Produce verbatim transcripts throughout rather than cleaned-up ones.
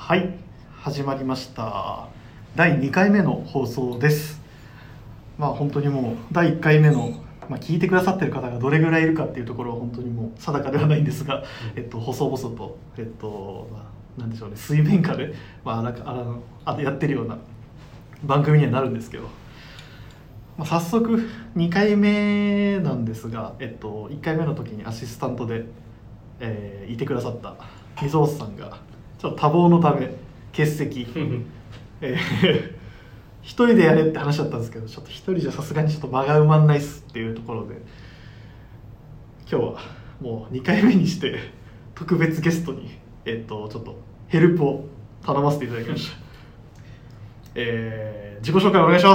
はい、始まりましただいにかいめの放送です。まあ本当にもうだいいっかいめの、まあ、聞いてくださってる方がどれぐらいいるかっていうところは本当にもう定かではないんですが、えっと、細々と、えっとまあ、なんでしょうね、水面下で、まあ、なんかあのあやってるような番組にはなるんですけど、まあ、早速にかいめなんですが、えっと、いっかいめの時にアシスタントで、えーいてくださった溝尾さんがちょっと多忙のため欠席えー一人でやれって話だったんですけど、ちょっと一人じゃさすがにちょっと間が埋まんないっすっていうところで、今日はもうにかいめにして特別ゲストに、えっと、ちょっとヘルプを頼ませていただきました。えー、自己紹介お願いします。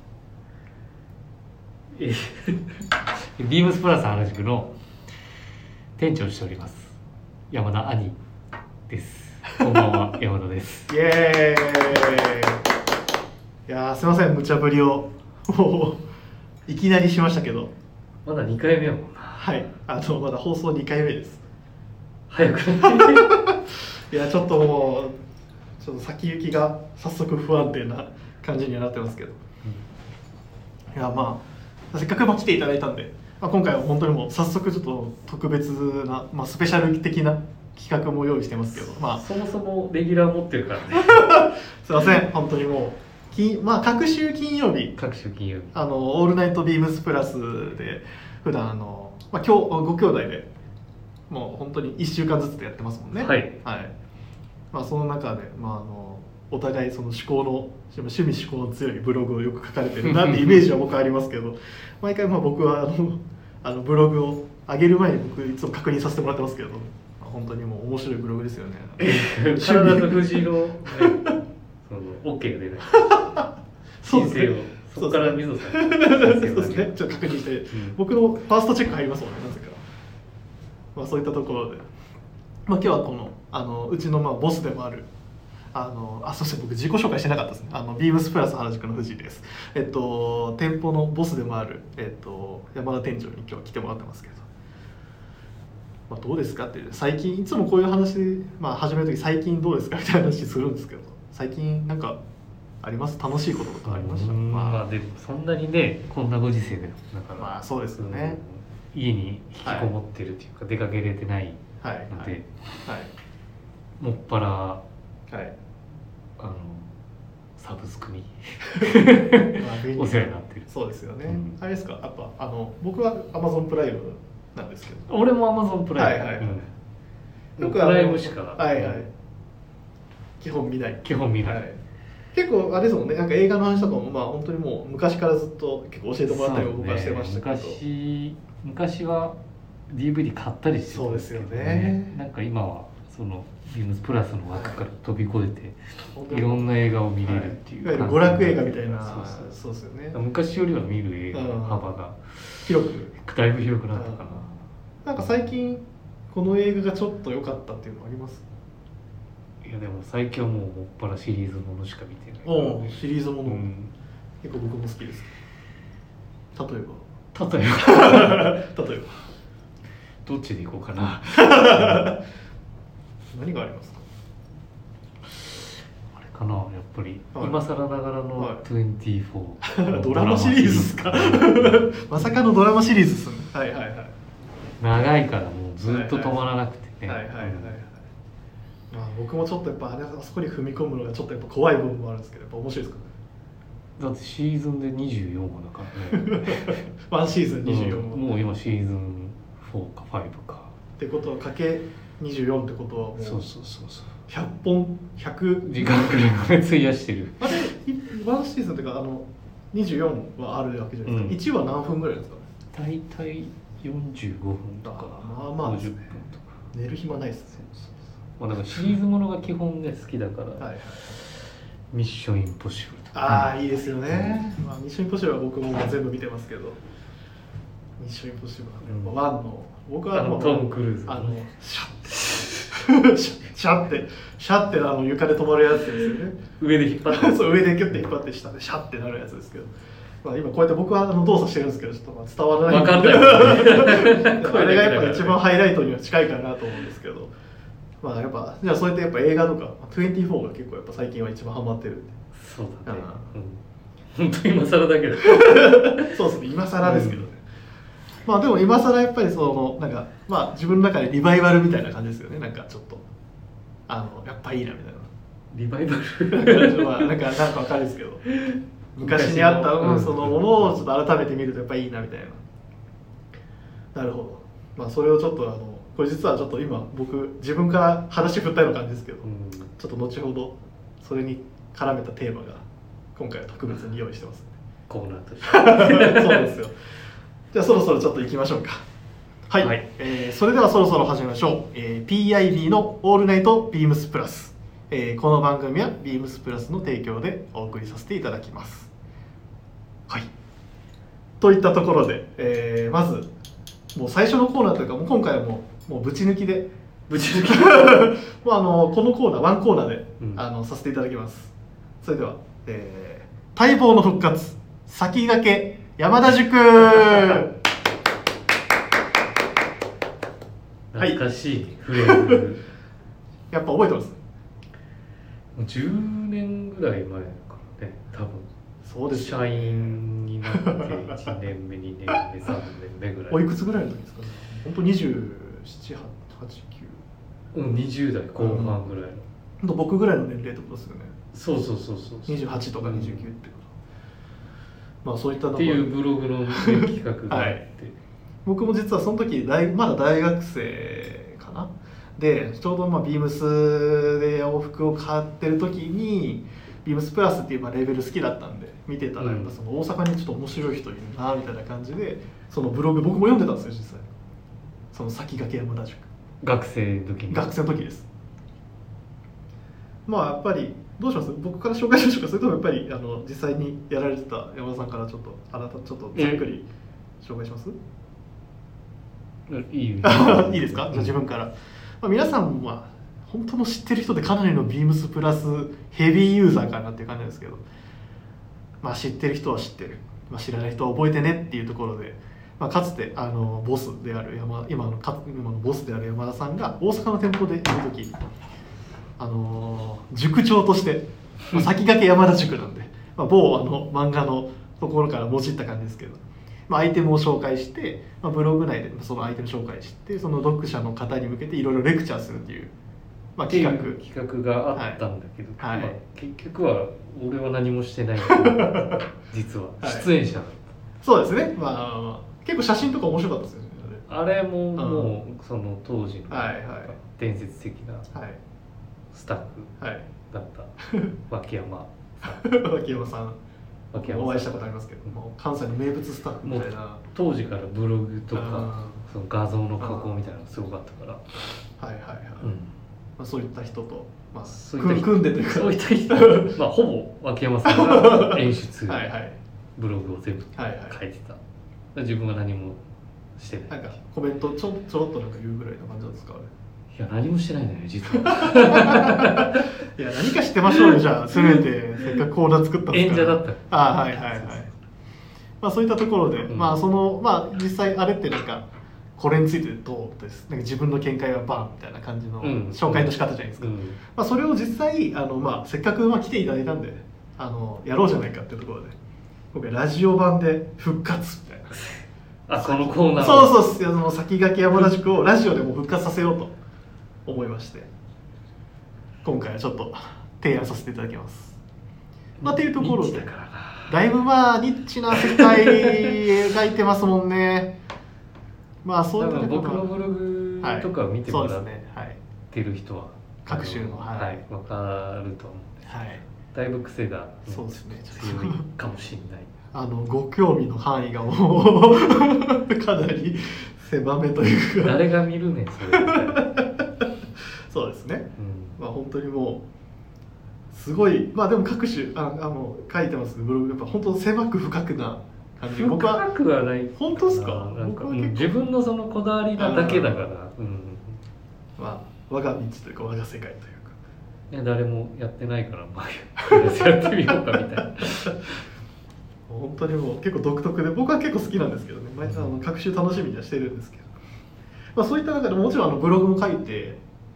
えビームスプラス原宿の店長をしております山田兄です。こんばんは山田です。 イエーイ。いやーすいません、無茶ぶりをもういきなりしましたけど、 まだにかいめやもんな。 はい、あのまだ放送にかいめです。 早くいやちょっともうちょっと先行きが早速不安定な感じにはなってますけど、うん、いやまあせっかく来ていただいたんで、まあ、今回は本当にもう早速ちょっと特別な、まあ、スペシャル的な企画も用意してますけど、まあそもそもレギュラー持ってるからねすいません本当にもう金、まあ、各週金曜日各週金曜日あのオールナイトビームスプラスで普段あの、まあ、今日ご兄弟でもう本当にいっしゅうかんずつでやってますもんね。 はい、 はい、まあ、その中で、まあ、あのお互いその思考の趣味思考の強いブログをよく書かれてるなってイメージは僕はありますけど毎回まあ僕はあのあのブログを上げる前に僕いつも確認させてもらってますけど、まあ、本当にもう面白いブログですよね。 体と藤井の、ね、その OK が出ない申請をそこから水野さんそうですね、ちょっと確認して、うん、僕のファーストチェック入りますもんね、なぜか。まあ、そういったところで、まあ、今日はこのあのうちのまあボスでもあるあのあそして僕自己紹介してなかったですね。あのビームスプラス原宿の藤井です。えっと店舗のボスでもある、えっと、山田店長に今日は来てもらってますけど、まあ、どうですかって最近いつもこういう話、まあ、始める時最近どうですかみたいな話するんですけど、最近なんかあります？楽しいこととかありました？ まあ、まあでもそんなにねこんなご時世でだからまあそうですよね、 家に引きこもってるっていうか、はい、出かけれてないので、はいはいはい、もっぱら、はい、あのサブスクにお世話になってる。 そうですよね、うん、あれですか、やっぱあの僕は Amazon プライムなんですけど。 俺も Amazon プライム、はいはいはい、うん、プライムしか、 はいはい、基本見ない基本見ない、はい、 結構あれですもんね、なんか映画の話とかもまあ本当にもう昔からずっと結構教えてもらったりも僕はしてましたけど、ね、 昔昔は ディーブイディー 買ったりしてたんですけど、ね、そうですよね。なんか今はそのビームスプラスの枠から飛び越えて、はい、いろんな映画を見れるっていう、 はい、いわゆる娯楽映画みたいな。そうですよね。 昔よりは見る映画の幅が広くだいぶ広くなったかな。 なんか最近この映画がちょっと良かったっていうのあります？ いやでも最近はもうもっぱらシリーズものしか見てない、 ね、おシリーズもの、うん、結構僕も好きです。例えば例えば例えばどっちでいこうかな何がありますか？ あれかな、やっぱり、はい、今更ながらのにじゅうよん、 ドラマシリーズですかまさかのドラマシリーズですね。はいはいはい。 長いからもうずっと止まらなくてね。 はいはいはいはい、まあ、僕もちょっとやっぱあれあそこに踏み込むのがちょっとやっぱ怖い部分もあるんですけど、やっぱ面白いですかね。 だってシーズンでにじゅうよんわだからねワンシーズンにじゅうよんわ、 うん、もう今シーズンフォーかファイブかってことはかけにじゅうよんってことはもうそうそうそうそうひゃっぽんひゃく時間くらい費やしてる。あれワンシーズンっていうかあのにじゅうよんはあるわけじゃないですか、うん、いちわ何分ぐらいですかね。 大体よんじゅうごふんとかまあまあですね、ごじゅっぷんとか寝る暇ないですね。 まあ、だからシリーズものが基本ね好きだからはい、はい、ミッションインポッシブルとか、 ああいいですよね、まあ、ミッションインポッシブルは僕も全部見てますけど、ミッションインポッシブルはワンの僕はもうトム・クルーズあのシャッてシャッてシャッてあの床で止まるやつですよね。 上で引っ張ってそう上でキュッて引っ張って下でシャッてなるやつですけど、まあ、今こうやって僕はあの動作してるんですけどちょっとまあ伝わらない分かんない、ね、 あれがやっぱ一番ハイライトには近いかなと思うんですけど、 まあやっぱじゃあそうやってやっぱ映画とかにじゅうよんが結構やっぱ最近は一番ハマってるんで。 そうだね、うん、本当に今更だけどそうですね、今更ですけどね、うん、まあでも今更やっぱりそのなんかまあ自分の中でリバイバルみたいな感じですよね。なんかちょっとあのやっぱいいなみたいなリバイバルまあなんかなんかわかるんですけど昔にあった、うん、そのものをちょっと改めて見るとやっぱいいなみたいな。なるほど。まあそれをちょっとあのこれ実はちょっと今僕自分から話振ったような感じですけど、うん、ちょっと後ほどそれに絡めたテーマが今回は特別に用意してます、ね、 コーナーとしてそうですよ。じゃあそろそろちょっと行きましょうか。はい、はい、えー、それではそろそろ始めましょう、えー、ピーアイビー のオールナイトビームスプラス、えー、この番組はビームスプラスの提供でお送りさせていただきます。はいといったところで、えー、まずもう最初のコーナーというかもう今回はもう、もうぶち抜きでぶち抜きもうあのこのコーナーワンコーナーで、うん、あのさせていただきます。それでは、えー、待望の復活先駆け山田塾懐かしいフレーズやっぱ覚えてます？ もうじゅうねんぐらい前からね、多分。 そうです、 社員になっていちねんめにねんめさんねんめぐらい。 おいくつぐらいの時ですかね。本当にじゅうなな、はち、きゅう。 うん、にじゅう代後半ぐらいの、 うん、僕ぐらいの年齢ってことですよね。 そうそうそうそう。 にじゅうはちとかにじゅうきゅうってこと、うん、まあそういったのっていうブログの企画があって、はい、 僕も実はその時大まだ大学生かなで、ちょうどまあビームスで洋服を買ってる時にビームスプラスっていうまあレーベル好きだったんで見てたら、やっぱその大阪にちょっと面白い人いるなみたいな感じで、そのブログ僕も読んでたんですよ実際。その先駆け山田塾。 学生の時に。 学生の時です。まあやっぱりどうします？僕から紹介しましょうか。それともやっぱりあの実際にやられてた山田さんからちょっとあなたちょっとざっくり紹介します？ いいいいですか？じゃあ自分から。まあ、皆さんは本当の知ってる人でかなりのビームスプラスヘビーユーザーかなっていう感じなんですけど、まあ知ってる人は知ってる、まあ、知らない人は覚えてねっていうところで、まあ、かつてあのボスである山今のか今のボスである山田さんが大阪の店舗でいる時、あの塾長として、まあ、先駆け山田塾なんで、まあ、某あの漫画のところからもじった感じですけど、まあ、アイテムを紹介して、まあ、ブログ内でそのアイテム紹介してその読者の方に向けていろいろレクチャーするっていう、まあ、企画企画があったんだけど、 はいはい、 まあ、結局は俺は何もしてない実は出演者だった、はい、 そうですね、まあ、まあ、結構写真とか面白かったですよね。 あれももうその当時の伝説的なスタッフだった脇山さん脇山さんお会いしたことありますけども、関西の名物スタッフみたいな。 当時からブログとかその画像の加工みたいなのがすごかったから、 はいはいはい、うん、まあ、そういった人と、まあ、 そういった人組んでというか、 そういった人まあほぼ脇山さんが演出はい、はい、ブログを全部書いてた、はいはい、自分が何もしてない。 なんかコメントちょちょろっとなんか言うぐらいの感じなんですか？あれいや何もしてないのよ実はいや何か知ってましょうよじゃあせめてせっかくコーナー作ったんですから。 演者だった。 あはいはいはい。まあそういったところで、うん、まあそのまあ実際あれってなんかこれについてどうです。なんか自分の見解はバーンみたいな感じの紹介の仕方じゃないですか。うんうん、まあそれを実際あのまあせっかくまあ来ていただいたんであのやろうじゃないかっていうところで今回ラジオ版で復活みたいな。 あこのコーナーそうそうその先駆け山田塾をラジオでも復活させようと思いまして今回はちょっと提案させていただきます。まあっていうところでだいぶまあニッチな世界描いてますもんね。まあそういう僕のブログとか見てもらってる人は各種のはい、はい、分かると思うんで、はい、だいぶ癖が、ね、 そうですね、 強いかもしれないあのご興味の範囲がもうかなり狭めというか誰が見るねんそれみたいなそうですね、うん、まあ本当にもうすごいまあでも各種ああの書いてますブログやっぱ本当狭く深くな感じ。 僕は深くはない本当ですか？ なんか、うん、自分のそのこだわりなだけだから、うん、 まあ我が道というか我が世界というか、 ね、誰もやってないからまあやってみようかみたいな本当にもう結構独特で僕は結構好きなんですけどね、毎回あの各種楽しみにはしてるんですけど、まあ、そういった中でもちろんあのブログも書いて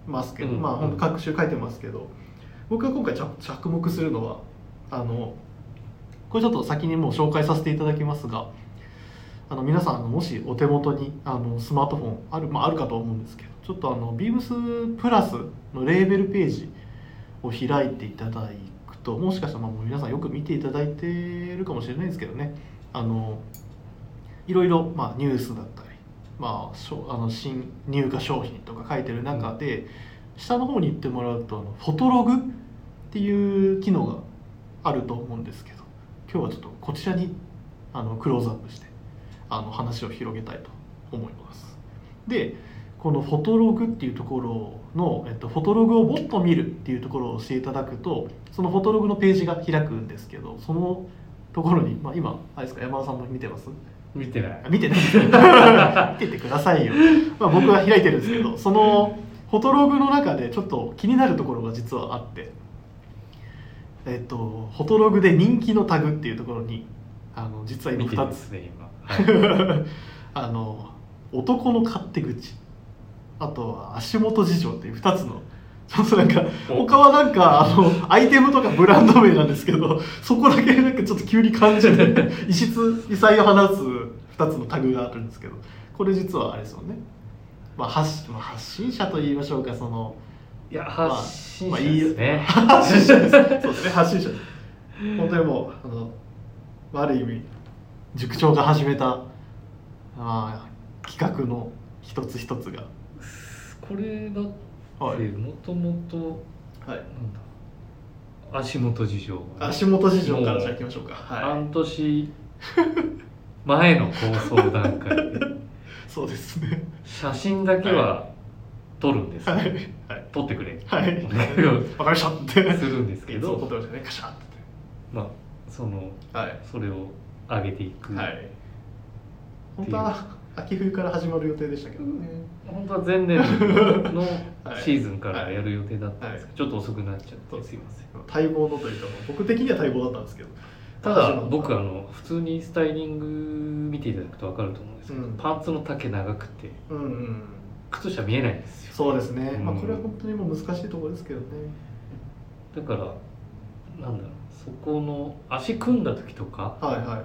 ますけど、うん、まあ本当各種書いてますけど、僕が今回着目するのはあのこれちょっと先にもう紹介させていただきますが、あの皆さんもしお手元にあのスマートフォンある、まあ、あるかと思うんですけど、ちょっとあの Beams プラスのレーベルページを開いていただくと、もしかしたらまあもう皆さんよく見ていただいているかもしれないですけどね、あのいろいろまあニュースだったり、まあ、あの新入荷商品とか書いてる中で、うん、下の方に行ってもらうとあのフォトログっていう機能があると思うんですけど、今日はちょっとこちらにあのクローズアップしてあの話を広げたいと思います。でこのフォトログっていうところの、えっと、フォトログをもっと見るっていうところを押していただくと、そのフォトログのページが開くんですけど、そのところに、まあ、今あれですか、山田さんも見てます？ 見てない。 見てない見ててくださいよ。まあ、僕は開いてるんですけど、そのフォトログの中でちょっと気になるところが実はあって、えっと、フォトログで人気のタグっていうところにあの実は今ふたつ、 ね今はい、 あの男の勝手口、あとは足元事情っていうふたつの、ちょっとなんか他はなんかあのアイテムとかブランド名なんですけど、そこだけなんかちょっと急に感じる異質異彩を放つふたつのタグがあるんですけど、これ実はあれですよね、まあ、発, まあ発信者と言いましょうか、そのいや発信者ですね、 まあまあ、発信者ですそうですね、発信者です。本当にもうあのある意味塾長が始めた、まあ、企画の一つ一つがこれだってもともとなんだ足元事情足元事情からじゃあ行きましょうか、 はい、半年前の構想段階でそうですね、 写真だけは撮るんです、 はいはい、 撮ってくれ、 はい、 お願いを分かりましたってするんですけど、 撮ってましたね、カシャッて、 まあその、はい、それを上げていく、はい、 本当は秋冬から始まる予定でしたけどね、 本当は前年のシーズンからやる予定だったんですけど、はいはい、ちょっと遅くなっちゃってすいません。 待望のというか、僕的には待望だったんですけど、 ただ僕あの普通にスタイリング見ていただくと分かると思うんですけど、うん、パンツの丈長くて、うんうん、靴下見えないんですよ。 そうですね、うん、まあ、これは本当にもう難しいところですけどね。 だからなんだろう、そこの足組んだ時とか、 はいはいはい、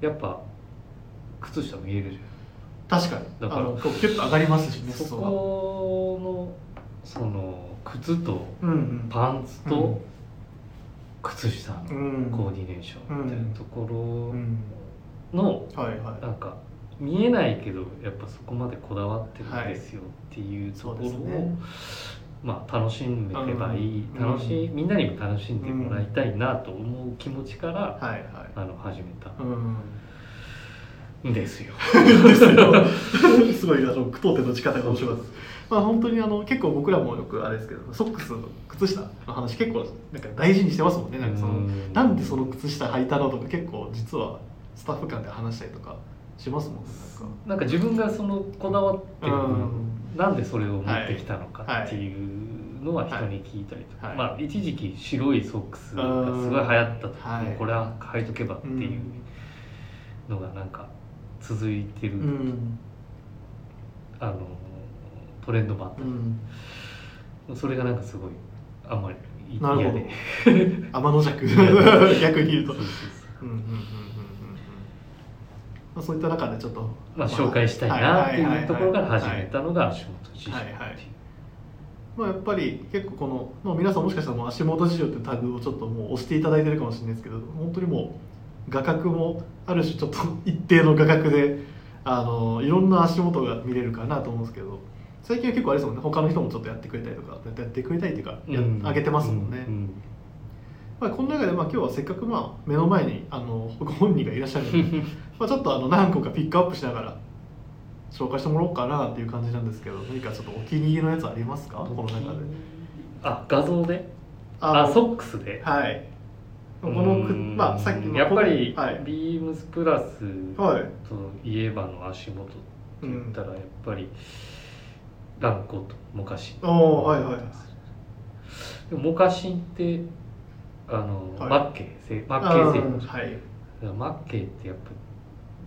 やっぱ靴下見えるじゃん。 確かにだからこうキュッと上がりますしね。 そこのその靴とパンツと靴下のコーディネーションみたいなところのなんか見えないけどやっぱそこまでこだわってるんですよっていうところをまあ楽しめればいい、楽しいみんなにも楽しんでもらいたいなと思う気持ちからあの始めた。ですよすごいあの句読点の仕方が面白いです。まあ本当にあの結構僕らもよくあれですけど、ソックスの靴下の話結構なんか大事にしてますもんね。なんかそのなんでその靴下履いたのとか結構実はスタッフ間で話したりとかしますもんね。なんかなんか自分がそのこだわってる、なんでそれを持ってきたのかっていうのは人に聞いたりとか、はいはい、まあ一時期白いソックスがすごい流行った時、はい、もうこれは履いとけばっていうのがなんか続いてる、うん、あのトレンドもあったり、うん、それがなんかすごいあんまり嫌で天の弱逆に言うとそういった中でちょっと、 まあ、紹介したいなっていうところから始めたのが足元事情っていう。 まあ、やっぱり結構この、まあ、皆さんもしかしたらもう足元事情ってタグをちょっともう押していただいてるかもしれないですけど、本当にもう画角もある種ちょっと一定の画角であのいろんな足元が見れるかなと思うんですけど、最近は結構あれですもんね、他の人もちょっとやってくれたりとかやってくれたりっていうか、うん、上げてますもんね、うんうん、まあ、この中でまあ今日はせっかくまあ目の前にあのご本人がいらっしゃるのでまあちょっとあの何個かピックアップしながら紹介してもらおうかなっていう感じなんですけど、何かちょっとお気に入りのやつありますか、この中で。 あ、画像で、あ、ソックスで、 はい、このまあさっきのやっぱり、はい、ビームスプラスといえばの足元って言ったらやっぱりランコとモカシン。 おー、はいはい。 でもモカシンってあの、はい、マッケーマッケー製品、はい、マッケーってやっぱ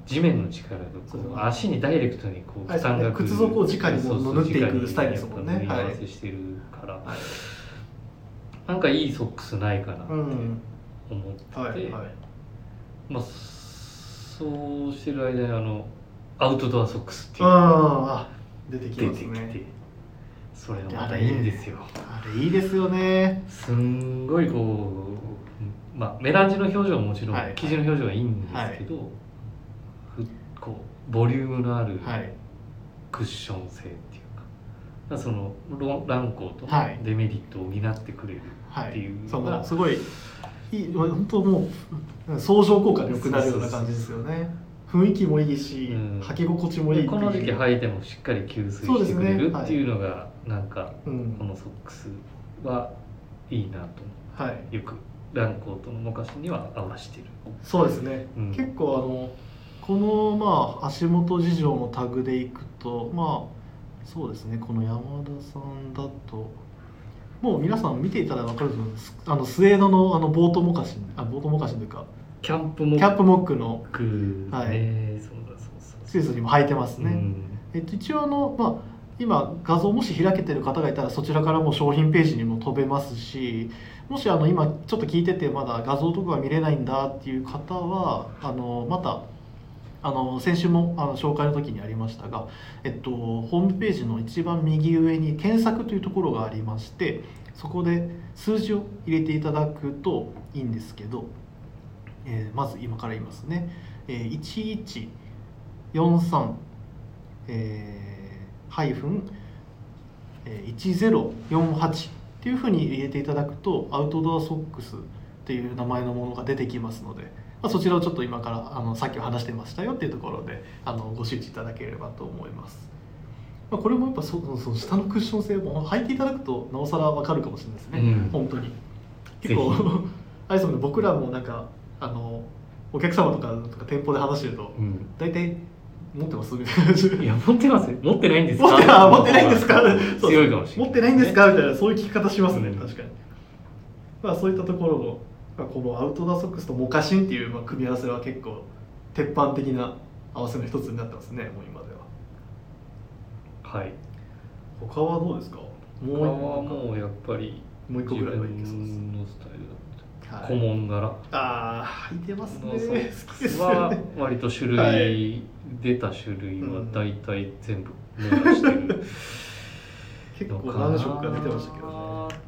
地面の力がこう足にダイレクトにこう負担がくる、 靴底を直にも縫っていくスタイルですもんね。 縫い合わせしてるから、はい、なんかいいソックスないかなって思ってて、はいはい、まあそうしてる間にあのアウトドアソックスっていうのが出てきますね。 出てきて、それがまたいいんですよ。 あれいいですよね。 すんごいこう、まあ、メランジの表情はもちろん、はい、生地の表情はいいんですけど、はい、こうボリュームのあるクッション性っていうか、はい、その乱高とデメリットを補ってくれるっていうのが、 はいはい、すごいいい、本当もう相乗効果で良くなるような感じですよね。雰囲気もいいし、うん、履き心地もいい。 この時期履いてもしっかり吸水してくれるっていうのが、ね、はい、なんか、うん、このソックスはいいなと、はい、よくランコートのモカシには合わせてる。 そうですね、うん、結構あのこのまあ足元事情のタグでいくと、まあそうですね、この山田さんだともう皆さん見ていたら分かると思うんです。あのスウェードのあのボートモカシン、あボートモカシンというかキャンプモック、 キャンプモックの、 はい、えー、そうだそうそうシーズンにも履いてますね。うん、えっと一応あのまあ今画像もし開けてる方がいたらそちらからも商品ページにも飛べますし、もしあの今ちょっと聞いててまだ画像とかが見れないんだっていう方はあのまたあの先週もあの紹介の時にありましたが、えっと、ホームページの一番右上に検索というところがありまして、そこで数字を入れていただくといいんですけど、えー、まず今から言いますね、えー、いちいちよんさん、えー、ハイフンいちゼロよんはちっていうふうに入れていただくとアウトドアソックスっていう名前のものが出てきますので、まあ、そちらをちょっと今からあのさっき話してましたよっていうところであのご周知いただければと思います。まあ、これもやっぱそその下のクッション性も履いていただくとなおさら分かるかもしれないですね、うん、本当に結構あれですもんね、僕らもなんかあのお客様とかとか店舗で話してると、うん、大体持ってますみたいな感じ。 いや持ってますよ。持ってないんですか。 持ってあ持ってないんですか。 強いかもしれない。 持ってないんですかみたいなそういう聞き方しますね、うん、確かに。まあそういったところの、まあ、このアウトドアソックスとモカシンっていうまあ組み合わせは結構鉄板的な合わせの一つになってますね、もう今では。はい。他はどうですか。 もう他はもうやっぱりもう一個ぐらいはいけそうです。 自分のスタイルだった。古文柄。 ああ履いてますね。好きですよね。は割と種類、はい、出た種類は大体全部網羅してる。 結構何色か出てましたけどね。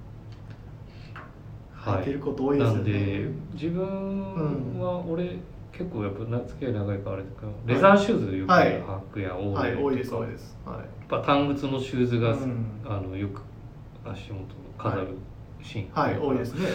履いてること多いですよね。なんで自分は俺、うん、結構やっぱ付き合い長いからあれだけど、レザーシューズよく履くや多い、 はいはい、多いです多いです。はい。 やっぱ単靴のシューズが、うん、あのよく足元を飾るシーンが、はい、はい、多いですね。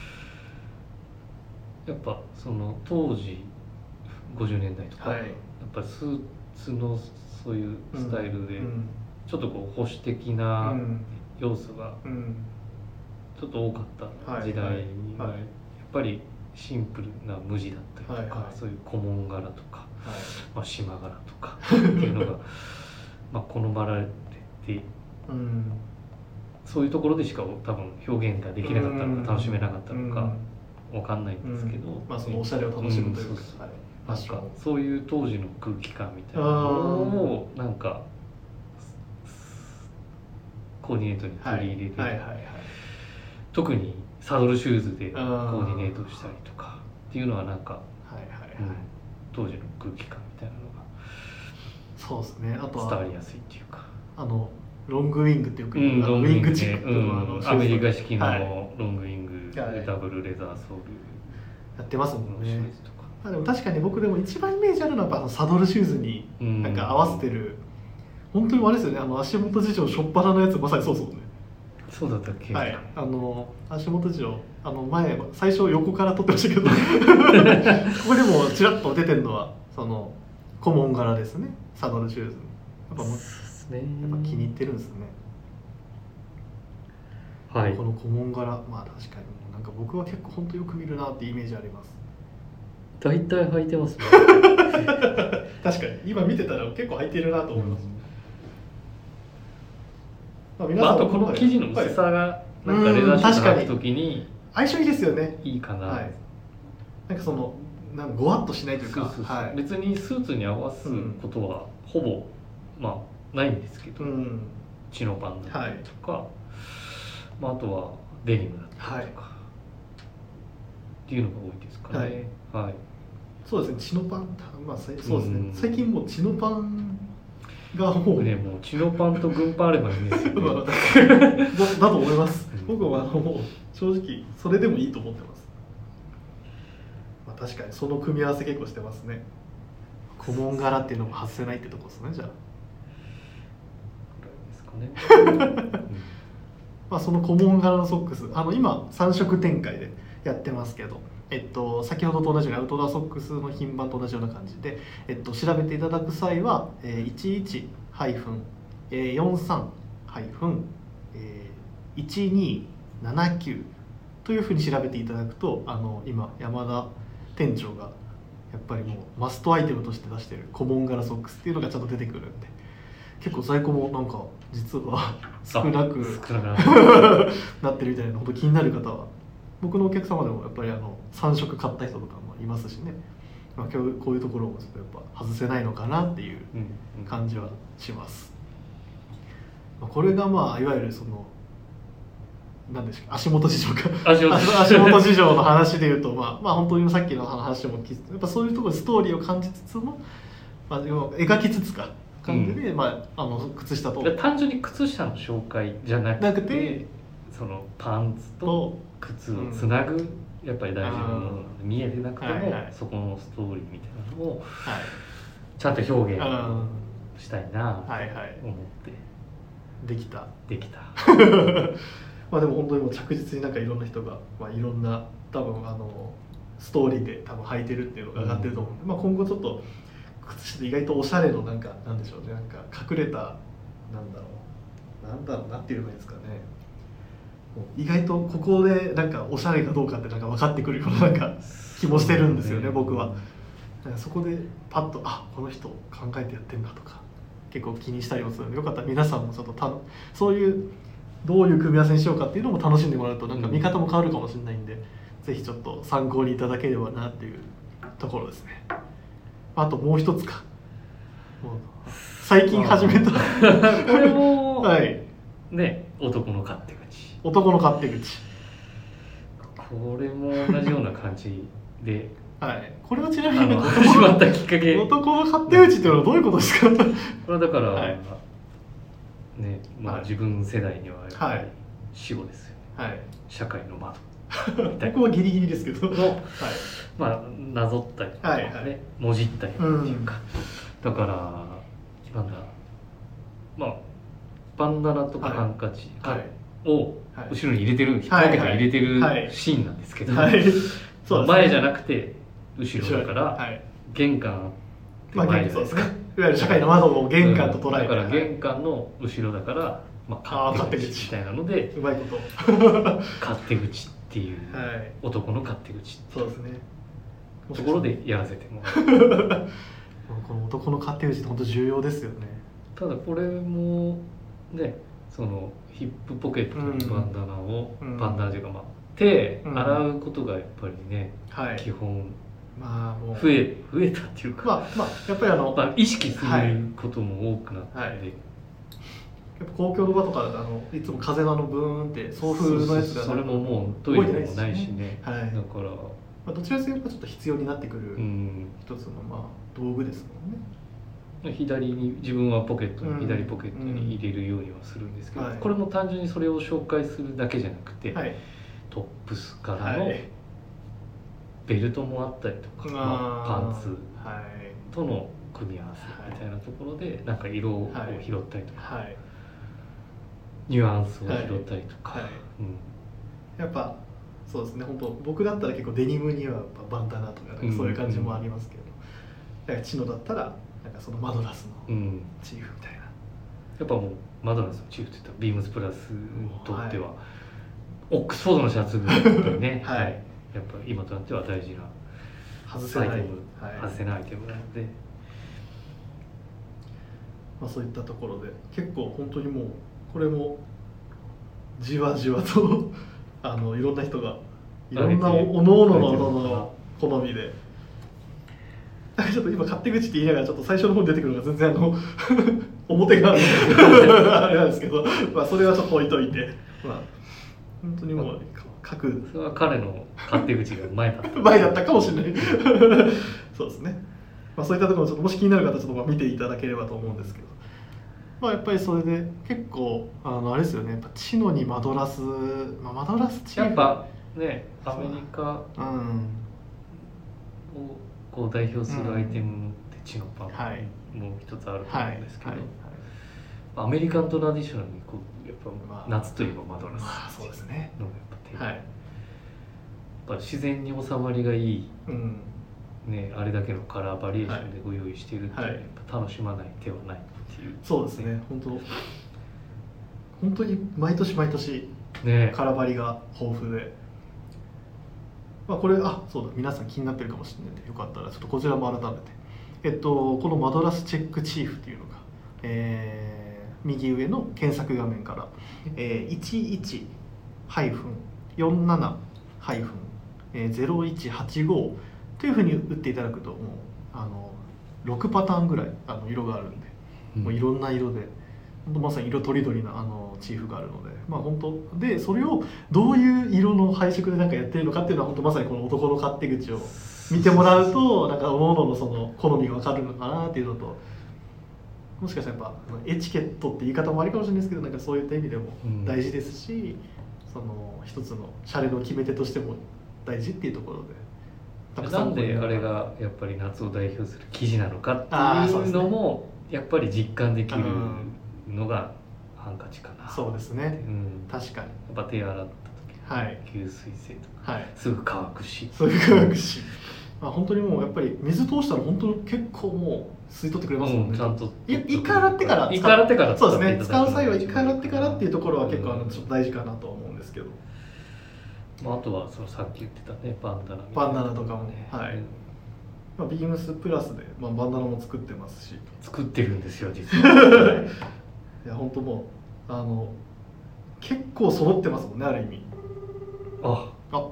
やっぱその当時ごじゅうねんだいとか、はい、やっぱスーツのそういうスタイルで、うん、ちょっとこう保守的な要素がちょっと多かった時代には、やっぱりシンプルな無地だったりとか、はいはい、そういう古文柄とか、はい、まあ、島柄とかっていうのがまあ好まれてて、うん、そういうところでしか多分表現ができなかったのか、楽しめなかったのか、わかんないんですけど、うん、 まあそのおしゃれを楽しむというか、 うん、はい、なんかそういう当時の空気感みたいなのをなんかコーディネートに取り入れて、はいはいはいはい、特にサドルシューズでコーディネートしたりとかっていうのはなんか、はいはいはい、うん、当時の空気感みたいなのがそうですね。あとは伝わりやすいっていうか、 あのロングウィングってよく言う、うん、ロングウィングチックの、 うん、アメリカ式のロングウィング、はい、ダブルレザーソールやってますもんね。あでも確かに僕でも一番イメージあるのはあのサドルシューズになんか合わせてる、うん、本当にあれですよね、あの足元事情しょっぱなのやつまさにそうそうね。 そうだったっけ。 はい、あの足元事情あの前最初横から撮ってましたけどここでもちらっと出てるのはその古文柄ですね、サドルシューズ。やっぱもう、ね、やっぱ気に入ってるんですね。はい、この古文柄、まあ確かになんか僕は結構本当よく見るなってイメージあります。 大体履いてますね確かに今見てたら結構履いてるなと思います、 うん、まあ、皆さん、まあ、あとこの生地の薄さがなんかレザーシューズ履くときに相性いいですよね。 いいかな、 はい、なんかそのなんかごわっとしないというか、 そうそうそう、 はい、 別にスーツに合わすことはほぼ、まあないんですけど、うん、チノパンだったりとか、はい、まあ、あとはデニムだったりとか、はい、っていうのが多いですかね。はい、はい、 そうですね、チノパン、まあ、そうですね、うん、最近もうチノパンがもうね、もうチノパンと軍パンあればいいんですよ、ね、 だ, だと思います。僕はあのもう正直それでもいいと思ってます。まあ、確かにその組み合わせ結構してますね。小紋柄っていうのも外せないってとこですね。じゃあですかね。まあその小紋柄のソックス、あの今さん色展開でやってますけど、えっと、先ほどと同じようにアウトドアソックスの品番と同じような感じで、えっと、調べていただく際は、えー、いちいち よんさん いちにななきゅう というふうに調べていただくと、あの今山田店長がやっぱりもうマストアイテムとして出してる小紋柄ソックスっていうのがちゃんと出てくるんで、結構在庫もなんか実は少なくなってるみたいな、本当気になる方は、僕のお客様でもやっぱりあのさん色買った人とかもいますしね、まあ、今日こういうところもちょっとやっぱ外せないのかなっていう感じはします。まあ、これがまあいわゆるその何でしょうか、足元事情か足元足元事情の話でいうと、まあまあ本当にさっきの話もやっぱそういうところでストーリーを感じつつも、まあ、描きつつか感じで、うん、まあ、あの靴下と単純に靴下の紹介じゃなくて、なくてそのパンツと靴をつなぐ、うん、やっぱり大事なものなので、見えてなくても、はいはい、そこのストーリーみたいなのをちゃんと表現したいなと思って、はいはい、 できたできたまあでも本当にもう着実になんかいろんな人が、まあ、いろんな多分あのストーリーで多分履いてるっていうのが上がってると思うんで、うん、まあ、今後ちょっと靴下で意外とおしゃれのなんかなんでしょうね、なんか隠れたなんだろうなんだろうなんて言えばいいんですかね、意外とここでなんかおしゃれかどうかってなんか分かってくるようななんか気もしてるんですよね、僕は。なんかそこでパッとあこの人考えてやってんだとか結構気にしたりもするので、よかったら皆さんもちょっとたそういうどういう組み合わせにしようかっていうのも楽しんでもらうとなんか見方も変わるかもしれないんで、うん、ぜひちょっと参考にいただければなっていうところですね。あともう一つか、もう最近始めたこれも、はい、ね、男の勝手口男の勝手口これも同じような感じではい、これはちなみに始まったきっかけ男の勝手口っていうのはどういうことですか？これはだから、はい、ね、まあ、はい、自分世代にはやっぱり死後ですよね、はい、社会の窓僕はギリギリですけどの、はい、 まあなぞったりとかね、はいはい、もじったりっていうか、うん、だからなんだまあバンダナとかハンカチを後ろに入れてる、引っ掛けて入れてるシーンなんですけど、はいはいはい、そうですね、前じゃなくて後ろだから、はい、玄関って前じゃないですか、 まあ、いわゆる社会の窓を玄関と捉えて、 うん、だから玄関の後ろだから、まあ、勝手口みたいなのでうまいこと勝手口っていう、はい、男の勝手口っていう、 そうですね、 ところでやらせてもらうこの男の勝手口って本当重要ですよね。 ただこれもね、そのヒップポケットのバンダナを、うん、バンダナというか、まあ、手洗うことがやっぱりね、うん、はい、基本まあもう増え増えたっていうか、 まあまあやっぱりあの、 まあ、意識することも多くなって、はいはい、やっぱ公共の場とかあのいつも風のあのブーンって送風のやつがそれももうトイレもないしね、はい、だから、 まあ、どちらかというとちょっと必要になってくる一つのまあ道具ですもんね。 左に自分はポケットに、左ポケットに入れるようにはするんですけど、うんうん、これも単純にそれを紹介するだけじゃなくて、はい、トップスからのベルトもあったりとか、はい、まあ、パンツとの組み合わせみたいなところでなんか色を拾ったりとか、はいはい、ニュアンスを拾ったりとか、はいはい、 うん、やっぱそうですね、本当僕だったら結構デニムにはやっぱバンダナとかなんかそういう感じもありますけど、うんうん、チノだったらなんかそのマドラスのチーフみたいな、うん、 やっぱもうマドラスのチーフって言ったらビームスプラスにとっては、はい、オックスフォードのシャツにね、はい、やっぱ今となっては大事な外せないアイテム、 はい、外せないアイテムなので、 まあ、そういったところで結構本当にもうこれもじわじわとあのいろんな人がいろんなおのおのの好みでなんかちょっと今勝手口って言いながらちょっと最初の方に出てくるのが全然あの表があれなんですけど、まあそれはちょっと置いといて、まあ本当にもう各それは彼の勝手口が前だった前だったかもしれないそうですね、まあ、そういったところもちょっともし気になる方はちょっとまあ見ていただければと思うんですけど、まあやっぱりそれで結構あのあれですよね、やっぱチノにマドラス、まあ、マドラスチーフやっぱねアメリカをこう代表するアイテムってチノパンも一つあると思うんですけど、アメリカントラディショナルにこうやっぱ夏といえばマドラス、 まあ、そうですねのやっぱ、はい、やっぱ自然に収まりがいい、うんね、あれだけのカラーバリエーションでご用意しているっていうのはやっぱ楽しまない手はないっていう、ね、 そうですね、本当本当に毎年毎年カラバリが豊富で、まあ、これあそうだ皆さん気になってるかもしれないんでよかったらちょっとこちらも改めて、えっと、このマドラスチェックチーフっていうのが、えー、右上の検索画面から、えー、いちいち よんなな ゼロいちはちご というふうに打っていただくともうあのろくパターンぐらいあの色があるんで、うん、もういろんな色で本当まさに色とりどりなあのチーフがあるので、まあ本当でそれをどういう色の配色でなんかやってるのかっていうのは本当まさにこの男の勝手口を見てもらうとなんか各々のその好みが分かるのかなっていうのと、もしかしたらやっぱエチケットって言い方もありかもしれないですけどなんかそういった意味でも大事ですし、うん、その一つのシャレの決め手としても大事っていうところで。 なんであれがやっぱり夏を代表する生地なのかっていうのもやっぱり実感できるのがハンカチかな。 そうですね、うん、確かにやっぱ手洗った時、はい、吸水性とか、はい、すぐ乾くしすぐ乾くし、まあ、本当にもうやっぱり水通したら本当に結構もう吸い取ってくれますもんね、うん、 ちゃんと一回洗ってから一回洗ってからそうですね、使う際は一回洗ってからっていうところは結構あのちょっと大事かなと思うんですけど、 まあ、あとはそのさっき言ってたねバンダナみたいな、バンダナとかもね、はい、まあ、ビームスプラスで、まあ、バンダナも作ってますし作ってるんですよ実はいや本当もうあの結構揃ってますもんねある意味。 ああ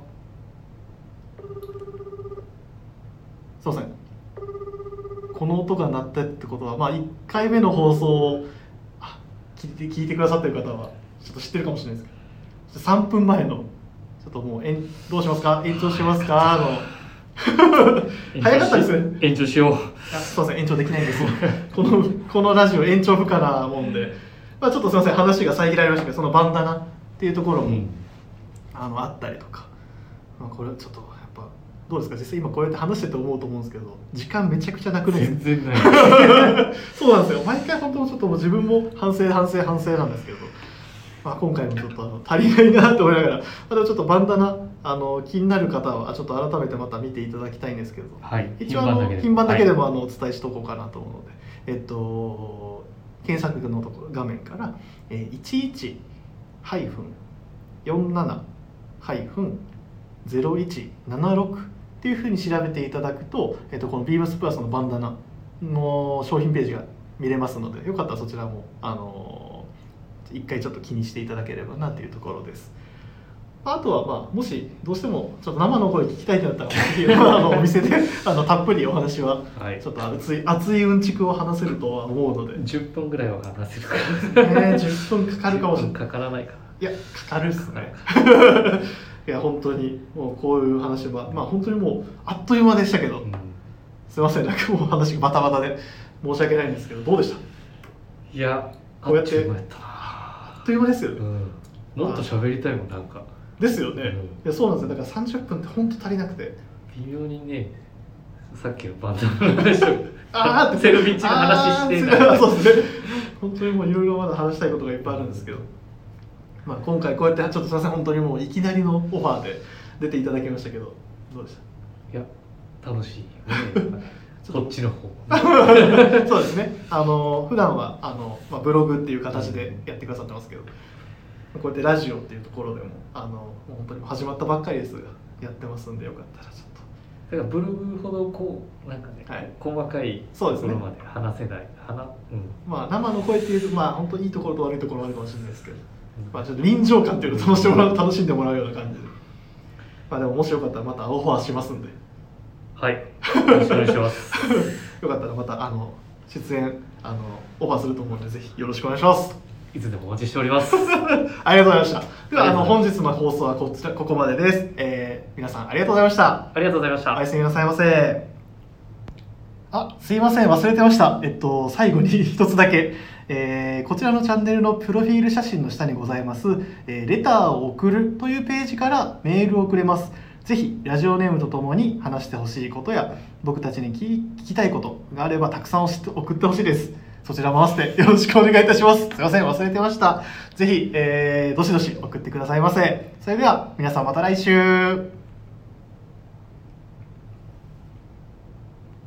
すいません、この音が鳴ったってことはまあいっかいめの放送を聞いて聞いてくださってる方はちょっと知ってるかもしれないですけどさんぷんまえのちょっともう延どうしますか延長しますかの早かったですね。 延長しよう。 あすいません延長できないんですこのこのラジオ延長不可なもんで、まあ、ちょっとすいません話が遮られましたけどそのバンダナっていうところも、うん、あのあったりとか、まあ、これちょっとやっぱどうですか実際今こうやって話してて思うと思うんですけど時間めちゃくちゃなくない全然ないそうなんですよ毎回本当ちょっともう自分も反省反省反省なんですけど、まあ、今回もちょっとあの足りないなと思いながらまたちょっとバンダナあの気になる方はちょっと改めてまた見ていただきたいんですけど、 はい、 一応あの品番だけでもあのお伝えしておこうかなと思うので、はい、えっと検索のところ画面から、えー、いちいち よんなな ゼロいちななろく っていうふうに調べていただくと、えっと、このビームスプラスのバンダナの商品ページが見れますのでよかったらそちらもあの一回ちょっと気にしていただければなというところです。あとは、まあ、もしどうしてもちょっと生の声聞きたいってなったらあのお店であのたっぷりお話はちょっと熱い熱いうんちくを話せるとは思うのでじゅっぷんぐらいは話せるからねじゅっぷんかかるかもしれないかからないかいやかかるっすねいや本当にもうこういう話はまあ本当にもうあっという間でしたけど、うん、すいませんなんかもう話がバタバタで申し訳ないんですけどどうでした？ いやこうやってあっという間やったなあっという間ですよね、うん、 もっと喋りたいもんなんかですよね、うん、いやそうなんですよだからさんじゅっぷんって本当足りなくて微妙にねさっきのバンドの話をあーセルビッチの話してないそうですね本当にもういろいろまだ話したいことがいっぱいあるんですけど、まあ、今回こうやってちょっとすいません本当にもういきなりのオファーで出ていただきましたけどどうでした？ いや楽しい、ね、こっちの方そうですねあの普段はあの、まあ、ブログっていう形でやってくださってますけど、こうやってラジオっていうところでもあのもう本当に始まったばっかりですがやってますんでよかったらちょっとだからブログほどこうなんかね、はい、細かいところまで話せない、ね話うん、 まあ生の声っていうとまあ本当にいいところと悪いところもあるかもしれないですけど、うん、まあちょっと臨場感っていうのを楽しんでもらう楽しんでもらうような感じで、まあでももしよかったらまたオファーしますんではい、よろしくお願いしますよかったらまたあの出演あのオファーすると思うのでぜひよろしくお願いします。 いつでもお待ちしておりますありがとうございました。ではあの本日の放送はこちらここまでです、えー、皆さんありがとうございました。 ありがとうございました。 おやすみなさいませ。あ、すいません、忘れてました。えっと最後に一つだけ、えー、こちらのチャンネルのプロフィール写真の下にございます、えー、レターを送るというページからメールをくれます。ぜひラジオネームとともに話してほしいことや僕たちに聞きたいことがあればたくさん送ってほしいです。そちらも合わせてよろしくお願いいたします。すいません、忘れてました。ぜひ、えー、どしどし送ってくださいませ。それでは皆さんまた来週。